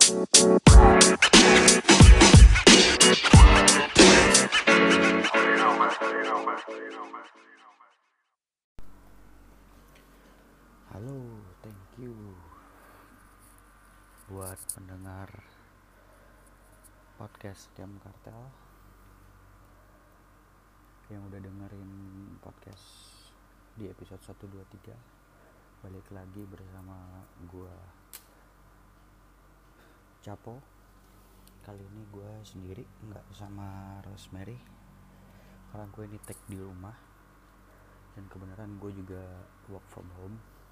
Halo, thank you buat pendengar podcast Jam Kartel yang udah dengerin podcast di episode 1, 2, 3. Balik lagi bersama gua Capo. Kali ini gua sendiri, nggak sama Rosemary, karena gue ini take di rumah. Dan kebenaran gue juga work from home,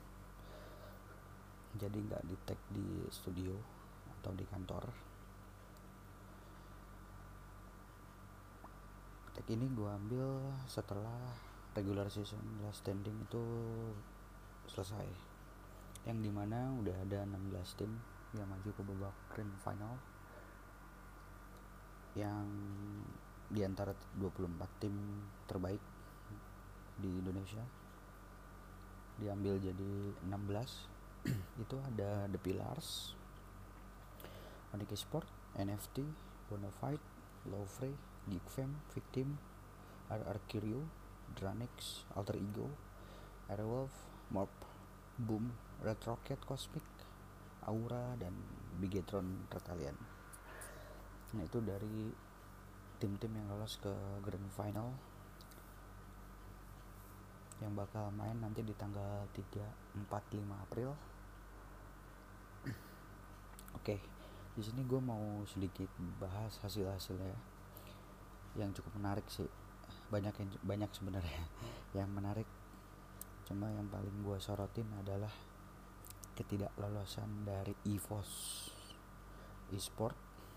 jadi nggak di take di studio atau di kantor. Take ini gue ambil setelah regular season last standing itu selesai, yang dimana udah ada 16 tim yang maju ke babak grand final, yang diantara 24 tim terbaik di Indonesia diambil jadi 16. Itu ada The Pillars, Onyx Sport, NFT, Bonafide, Lowfrey, Geekfam, Victim, RR Kiryu, Dranix, Alter Ego, Airwolf, Morp, Boom, Red Rocket Cosmic, Aura, dan Bigetron Retalian. Nah, itu dari tim-tim yang lolos ke Grand Final yang bakal main nanti di tanggal 3, 4, 5 April. Oke, di sini gue mau sedikit bahas hasil-hasilnya yang cukup menarik sih. Banyak sebenarnya yang menarik. Cuma yang paling gue sorotin adalah ketidaklolosan dari EVOS eSport,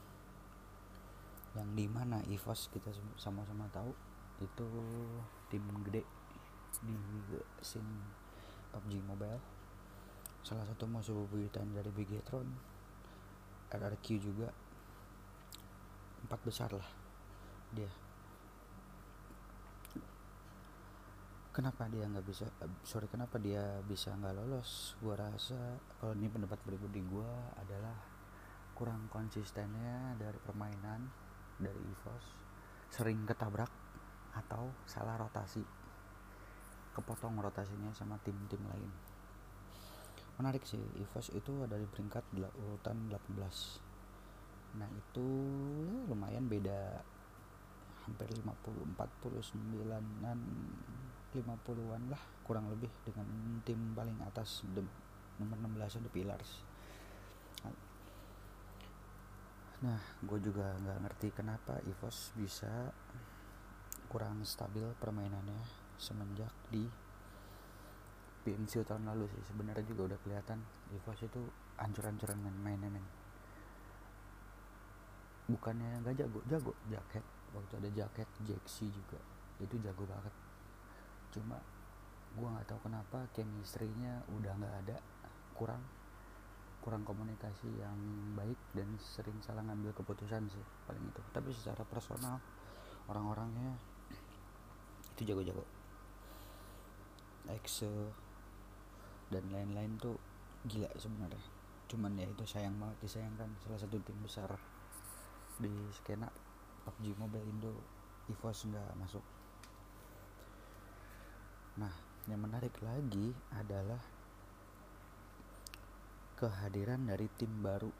yang dimana EVOS kita sama-sama tahu itu tim gede di scene PUBG Mobile, salah satu musuh bebuyutan dari Bigetron, RRQ juga, 4 besar lah dia. Kenapa dia bisa nggak lolos? Gua rasa kalau ini pendapat pribadi gua adalah kurang konsistennya dari permainan dari EVOS, sering ketabrak atau salah rotasi, kepotong rotasinya sama tim-tim lain. Menarik sih, EVOS itu ada di peringkat urutan 18. Nah itu ya lumayan beda, hampir 50, 49-an, 50-an lah kurang lebih dengan tim paling atas, nomor 16 The Pillars. Nah, gue juga nggak ngerti kenapa EVOS bisa kurang stabil permainannya semenjak di PMC tahun lalu sih. Sebenarnya juga udah kelihatan EVOS itu ancur-ancuran mainnya men. Bukannya nggak jago jaket, waktu ada jaket Jaxi juga itu jago banget. Cuma gue nggak tahu kenapa chemistry-nya udah nggak ada, kurang komunikasi yang baik dan sering salah ngambil keputusan sih paling itu. Tapi secara personal orang-orangnya itu jago-jago, Exe dan lain-lain tuh gila sebenarnya. Cuman ya itu disayangkan salah satu tim besar di skena PUBG Mobile Indo, EVOS nggak masuk. Nah, yang menarik lagi adalah kehadiran dari tim baru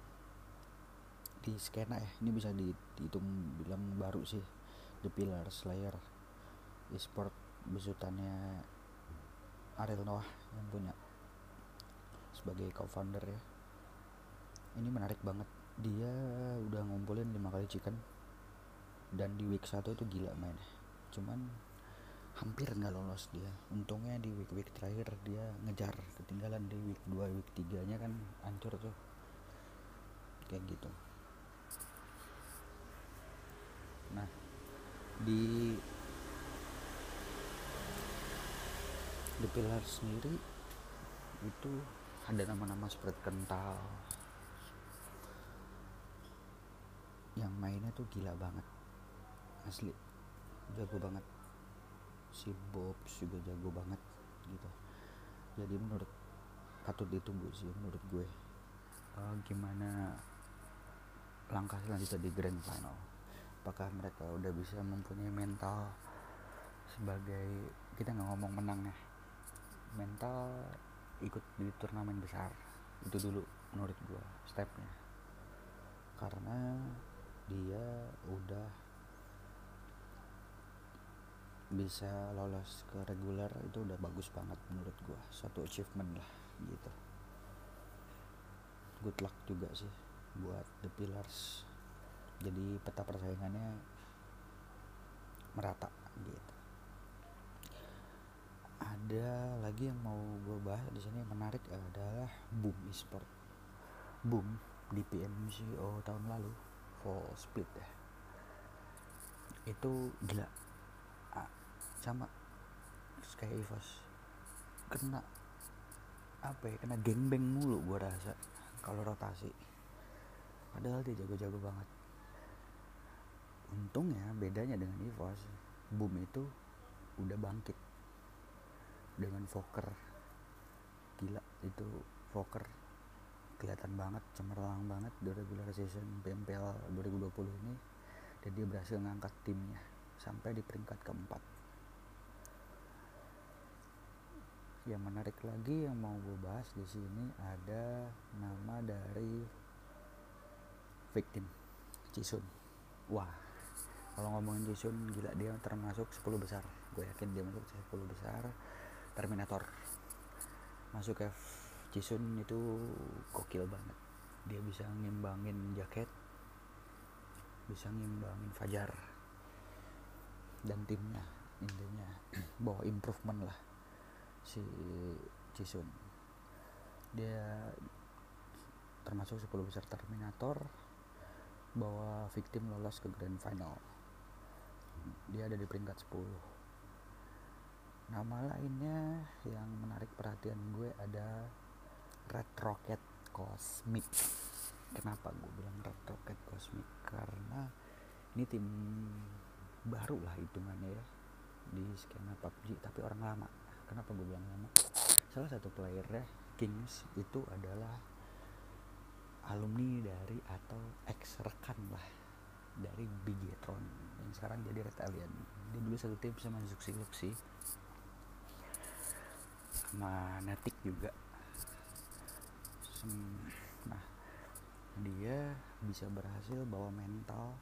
di skena ya. Ini bisa dihitung bilang baru sih, The Pillars Slayer eSport besutannya Ariel Noah yang punya sebagai co-founder ya. Ini menarik banget, dia udah ngumpulin 5 kali chicken dan di week 1 itu gila mainnya. Cuman hampir nggak lolos dia. Untungnya di week terakhir dia ngejar, ketinggalan di week 2, week 3 nya kan hancur tuh kayak gitu. Nah, di The Pillars sendiri itu ada nama-nama seperti kental yang mainnya tuh gila banget, asli jago banget. Si Bobs juga jago banget gitu. Jadi patut ditunggu sih menurut gue, gimana langkah selanjutnya di grand final. Apakah mereka udah bisa mempunyai mental sebagai, kita nggak ngomong menang ya, mental ikut di turnamen besar itu dulu menurut gue stepnya, karena dia udah bisa lolos ke regular, itu udah bagus banget menurut gue, suatu achievement lah gitu. Good luck juga sih buat The Pillars, jadi peta persaingannya merata gitu. Ada lagi yang mau gue bahas di sini menarik adalah Boom Esport. Boom di PMCO tahun lalu full split ya, itu gila, sama kayak EVOS, kena kena gangbang mulu gue rasa kalau rotasi, padahal dia jago-jago banget. Untungnya bedanya dengan EVOS, Boom itu udah bangkit dengan Voker, gila itu Voker kelihatan banget, cemerlang banget di regular season PMPL 2020 ini, dan dia berhasil ngangkat timnya sampai di peringkat keempat. Yang menarik lagi yang mau gue bahas di sini ada nama dari Victim, Jisun. Wah, kalau ngomongin Jisun gila, dia termasuk 10 besar. Gue yakin dia masuk 10 besar. Terminator masuk ke Jisun itu gokil banget. Dia bisa ngimbangin Jacket, bisa ngimbangin Fajar dan timnya, intinya bawa improvement lah si Jisun. Dia termasuk 10 besar Terminator, bawa Victim lolos ke grand final. Dia ada di peringkat 10. Nama lainnya yang menarik perhatian gue ada Red Rocket Cosmic. Kenapa gue bilang Red Rocket Cosmic? Karena ini tim baru lah hitungannya ya di skena PUBG, tapi orang lama. Kenapa gue bilang lama? Salah satu playernya Kings itu adalah alumni dari atau ex rekan lah dari Bigetron yang sekarang jadi Red Alien. Dia dulu satu tim sama Zuxi Luxi sama Natik juga. Nah, dia bisa berhasil bawa mental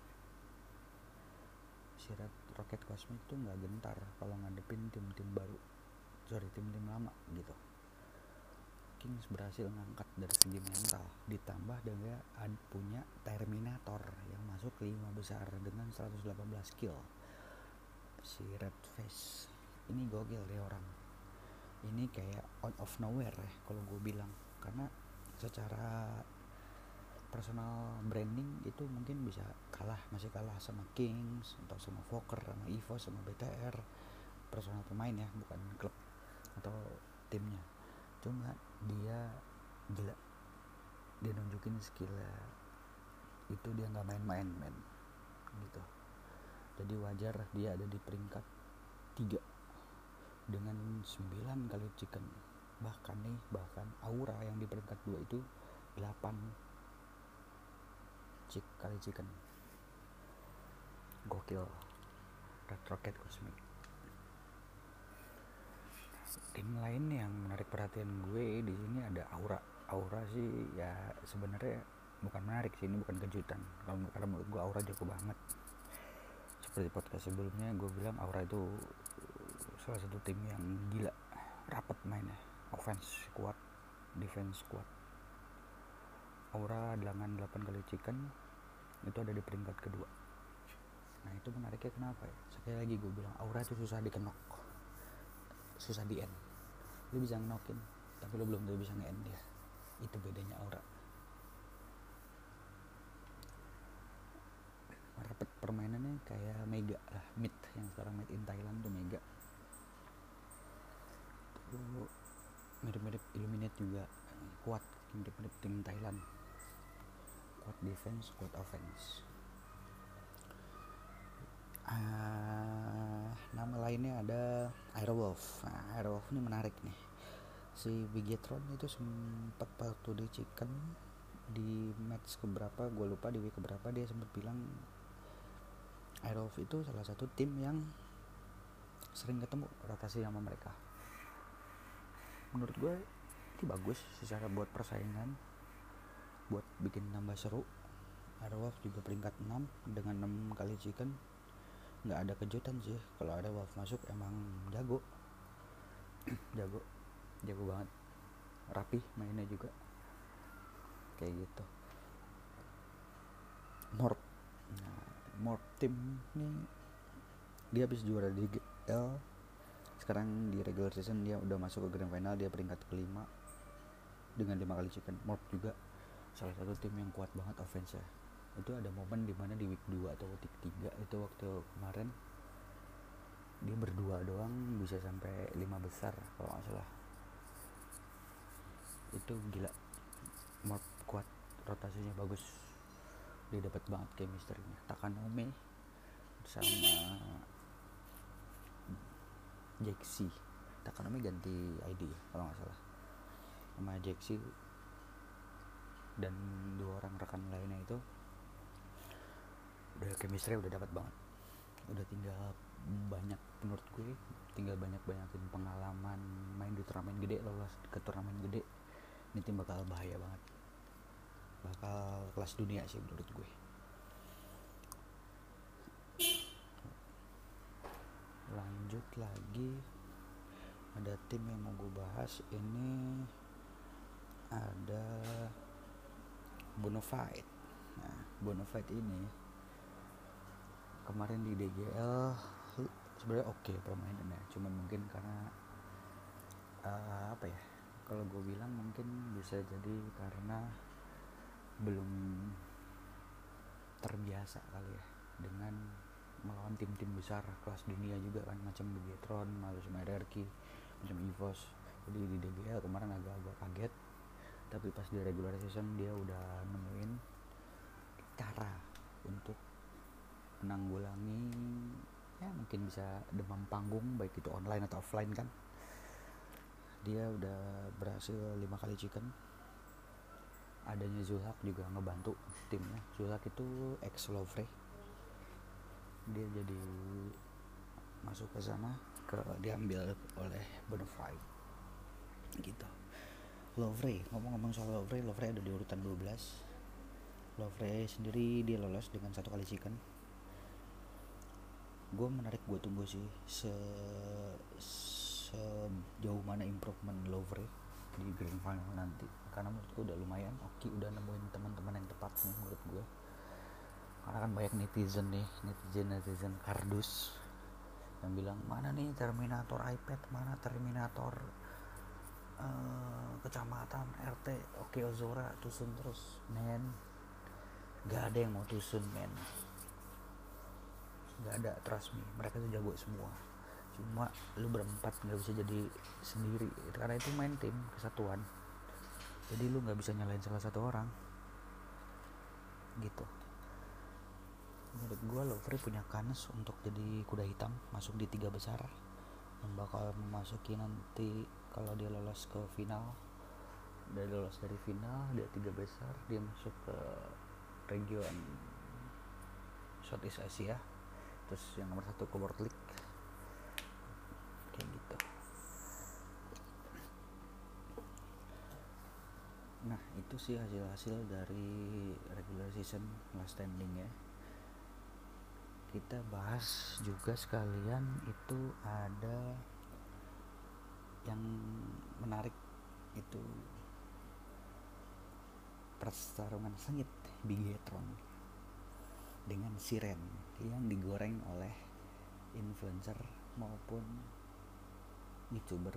si Red Rocket Cosmic tuh nggak gentar kalau ngadepin tim-tim baru, tim-tim lama gitu. Kings berhasil ngangkat dari segi mental, ditambah dia punya Terminator yang masuk 5 besar dengan 118 kill. Si Red Face ini gokil deh orang. Ini kayak out of nowhere ya kalau gue bilang, karena secara personal branding itu mungkin bisa masih kalah sama Kings atau sama Voker, sama EVOS, sama BTR, personal pemain ya, bukan klub atau timnya. Cuma dia gila, dia nunjukin skillnya itu, dia nggak main-main men gitu. Jadi wajar dia ada di peringkat 3 dengan 9 kali chicken. Bahkan Aura yang di peringkat 2 itu 8 kali chicken. Gokil Red Rocket Cosmic. Tim lain yang menarik perhatian gue di sini ada Aura sih ya, sebenarnya bukan menarik sih, ini bukan kejutan karena menurut gue Aura jago banget. Seperti podcast sebelumnya gue bilang Aura itu salah satu tim yang gila rapet mainnya, offense kuat, defense kuat. Aura dengan 8 kali chicken itu ada di peringkat kedua. Nah itu menariknya kenapa ya, sekali lagi gue bilang Aura itu susah dikenok, susah di end. Lu bisa ngenokin tapi lu belum bisa nge-end dia, itu bedanya Aura. Rapet permainannya kayak Mega lah, mid yang sekarang made in Thailand tuh Mega tuh, mirip-mirip Illuminate juga, kuat, mirip-mirip tim Thailand, kuat defense, kuat offense. Nama lainnya ada Airwolf. Nah, Airwolf ini menarik nih. Si Bigetron itu sempat waktu di Chicken di match keberapa gue lupa, di week keberapa dia sempat bilang Airwolf itu salah satu tim yang sering ketemu rotasi sama mereka. Menurut gue itu bagus secara buat persaingan, buat bikin nambah seru. Airwolf juga peringkat 6 dengan 6 kali chicken. Nggak ada kejutan sih kalau Airwolf masuk, emang jago jago banget, rapih mainnya juga kayak gitu. Morp, nah Morp tim ini dia habis juara di GL, sekarang di regular season dia udah masuk ke grand final, dia peringkat kelima dengan 5 kali chicken. Morp juga salah satu tim yang kuat banget offense-nya. Itu ada momen dimana di week 2 atau week 3 itu waktu kemarin dia berdua doang bisa sampai 5 besar kalau gak salah. Itu gila, Morp kuat, rotasinya bagus, dia dapat banget chemistry-nya. Takanome sama Jaxi, Takanome ganti ID kalau gak salah, sama Jaxi dan 2 orang rekan lainnya itu udah chemistry udah dapat banget. Udah tinggal menurut gue tinggal banyakin pengalaman main di turnamen gede, lolos ke turnamen gede. Ini tim bakal bahaya banget, bakal kelas dunia sih menurut gue. Lanjut lagi, ada tim yang mau gue bahas ini, ada Bonafide. Nah, Bonafide ini kemarin di DGL sebenarnya oke permainannya, cuman mungkin karena apa ya, kalau gue bilang mungkin bisa jadi karena belum terbiasa kali ya dengan melawan tim-tim besar kelas dunia juga kan, macam Bigetron, macam RRQ, macam EVOS. Jadi di DBL kemarin agak-agak kaget, tapi pas di regular season dia udah nemuin cara untuk menanggulangi, ya mungkin bisa demam panggung baik itu online atau offline kan. Dia udah berhasil 5 kali chicken. Adanya Zulhak juga ngebantu timnya. Zulhak itu ex Lovre, dia jadi masuk ke sana, diambil oleh Bonafide gitu. Lovre, ngomong-ngomong soal Lovre ada di urutan 12. Lovre sendiri dia lolos dengan 1 kali chicken. Gue tunggu sih sejauh mana improvement Lovre di grand final nanti, karena menurut gue udah lumayan oke, udah nemuin teman-teman yang tepat nih menurut gue. Karena kan banyak netizen kardus yang bilang, mana nih Terminator iPad, mana Terminator kecamatan RT, oke Ozora tusun terus. Men, gak ada yang mau tusun men, gak ada, trust me, mereka tuh jago semua. Cuma lu berempat gak bisa jadi sendiri, karena itu main tim kesatuan, jadi lu gak bisa nyalain salah satu orang gitu. Menurut gue Lovre punya kans untuk jadi kuda hitam, masuk di 3 besar yang bakal memasuki nanti kalau dia lolos ke final. Dia lolos dari final, dia 3 besar, dia masuk ke region Southeast Asia, terus yang nomor 1 ke World League kayak gitu. Nah itu sih hasil dari regular season last standing ya. Kita bahas juga sekalian, itu ada yang menarik, itu pertarungan sengit Bigetron dengan Siren yang digoreng oleh influencer maupun youtuber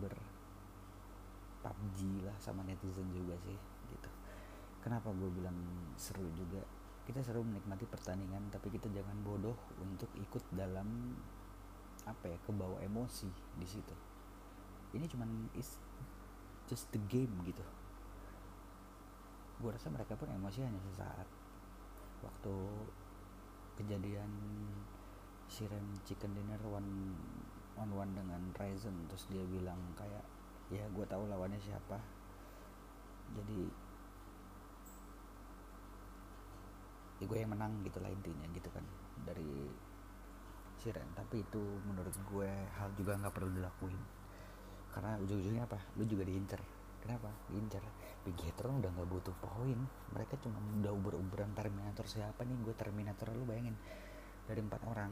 PUBG lah, sama netizen juga sih gitu. Kenapa gue bilang seru juga? Kita seru menikmati pertandingan, tapi kita jangan bodoh untuk ikut dalam kebawa emosi di situ. Ini cuman is just the game gitu. Gue rasa mereka pun emosi hanya sesaat. Waktu kejadian Siren chicken dinner one on one dengan Ryzen, terus dia bilang kayak, ya gue tahu lawannya siapa, jadi ya gue yang menang gitulah intinya gitu kan dari Siren. Tapi itu menurut gue hal juga nggak perlu dilakuin, karena ujung-ujungnya apa, lu juga diincer. Kenapa diincer? Bigetron udah nggak butuh poin, mereka cuma udah uber-uberan Terminator. Siapa nih, gue Terminator, lu bayangin dari 4 orang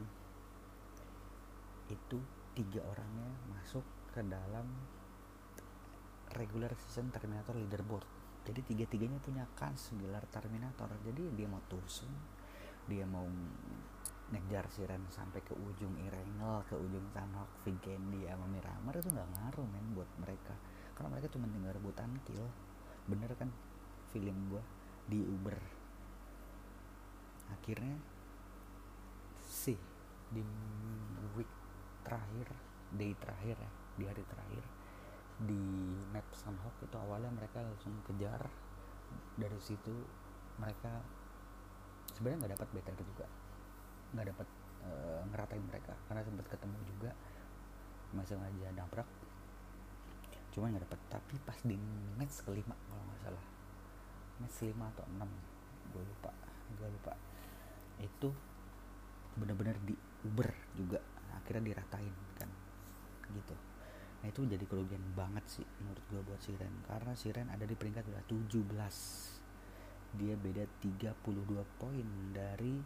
itu 3 orangnya masuk ke dalam regular season Terminator leaderboard. Jadi 3-tiganya punya kans gelar Terminator. Jadi dia mau tusuk, dia mau ngejar Siren sampai ke ujung Irengel, ke ujung Sanhok, Vigendi sama Miramar, itu nggak ngaruh men buat mereka, karena mereka cuma tinggal rebutan kill. Bener kan feeling gue di Uber. Akhirnya sih di week terakhir, day terakhir ya, di hari terakhir di map Sanhok itu awalnya mereka langsung kejar. Dari situ mereka sebenarnya nggak dapat better juga, nggak dapat ngeratain mereka, karena sempat ketemu juga masih aja nabrak, cuma nggak dapat. Tapi pas di match kelima kalau nggak salah, match 5 atau 6, gue lupa, itu benar-benar di Uber juga, akhirnya diratain kan gitu. Nah itu jadi kerugian banget sih menurut gue buat Siren, karena Siren ada di peringkat udah 17, dia beda 32 poin dari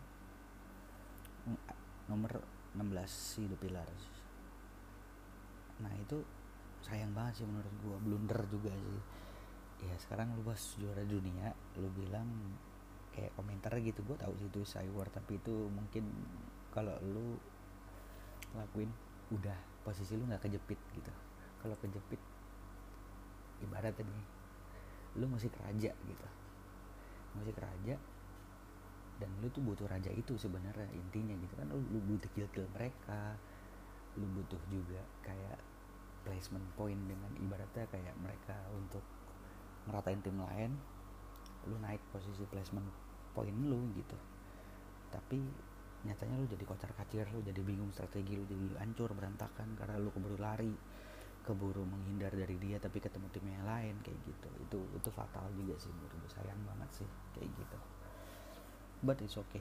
nomor 16 si The Pillars. Nah itu sayang banget sih menurut gue, blunder juga sih. Ya sekarang lu bos juara dunia, lu bilang kayak komentar gitu, gue tahu sih itu Cywar, tapi itu mungkin kalau lu lakuin udah posisi lu nggak kejepit gitu. Kalau kejepit ibarat tadi lu musik raja gitu, musik raja, dan lu tuh butuh raja itu sebenarnya intinya gitu kan. Lu butuh kill mereka, lu butuh juga kayak placement point dengan ibaratnya kayak mereka untuk ngeratain tim lain, lu naik posisi placement point lu gitu. Tapi nyatanya lu jadi kocar-kacir, lu jadi bingung strategi, lu jadi hancur berantakan karena lu keburu lari, keburu menghindar dari dia tapi ketemu tim yang lain kayak gitu. Itu fatal juga sih menurut gue, sayang banget sih kayak gitu. But it's okay,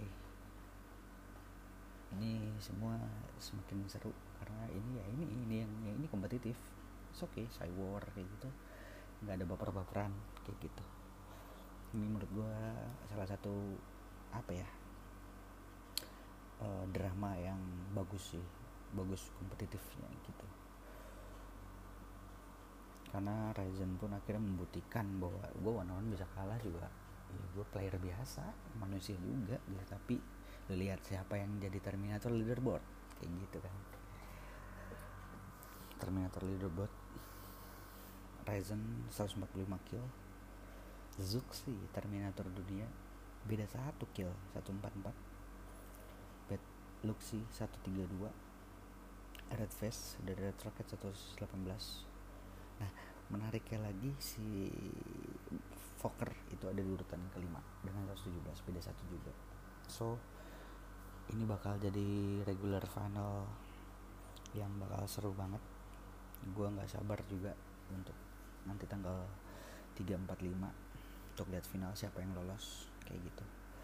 ini semua semakin seru karena ini yang ini kompetitif. It's okay, Cywar kayak gitu, nggak ada baper-baperan kayak gitu. Ini menurut gue salah satu apa ya, drama yang bagus sih, bagus kompetitifnya gitu. Karena Ryzen pun akhirnya membuktikan bahwa gue one-on-one bisa kalah juga. Ya gue player biasa, manusia juga gitu. Tapi lu lihat siapa yang jadi Terminator leaderboard kayak gitu kan. Terminator leaderboard Ryzen 145 kill, Zook sih Terminator dunia beda 1 kill 144, Bad Luxy 132, Red Face dari Red Rocket 118. Nah menariknya lagi si Fokker itu ada di urutan kelima dengan 117, beda 1 juga. So ini bakal jadi regular final yang bakal seru banget. Gue gak sabar juga untuk nanti tanggal 3, 4, 5 untuk lihat final siapa yang lolos kayak gitu.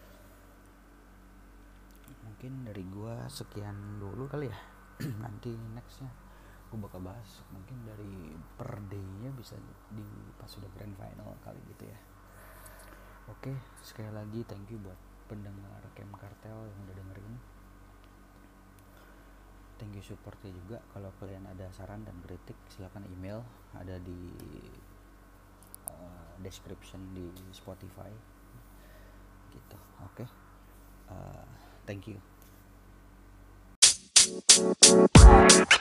Mungkin dari gue sekian dulu kali ya. Nanti nextnya gue bakal bahas mungkin dari per day-nya bisa di pas sudah grand final kali gitu ya. Oke, sekali lagi thank you buat pendengar Camp Cartel yang udah dengerin. Thank you supportnya juga. Kalau kalian ada saran dan kritik silakan email, ada di description di Spotify gitu. Oke. Thank you.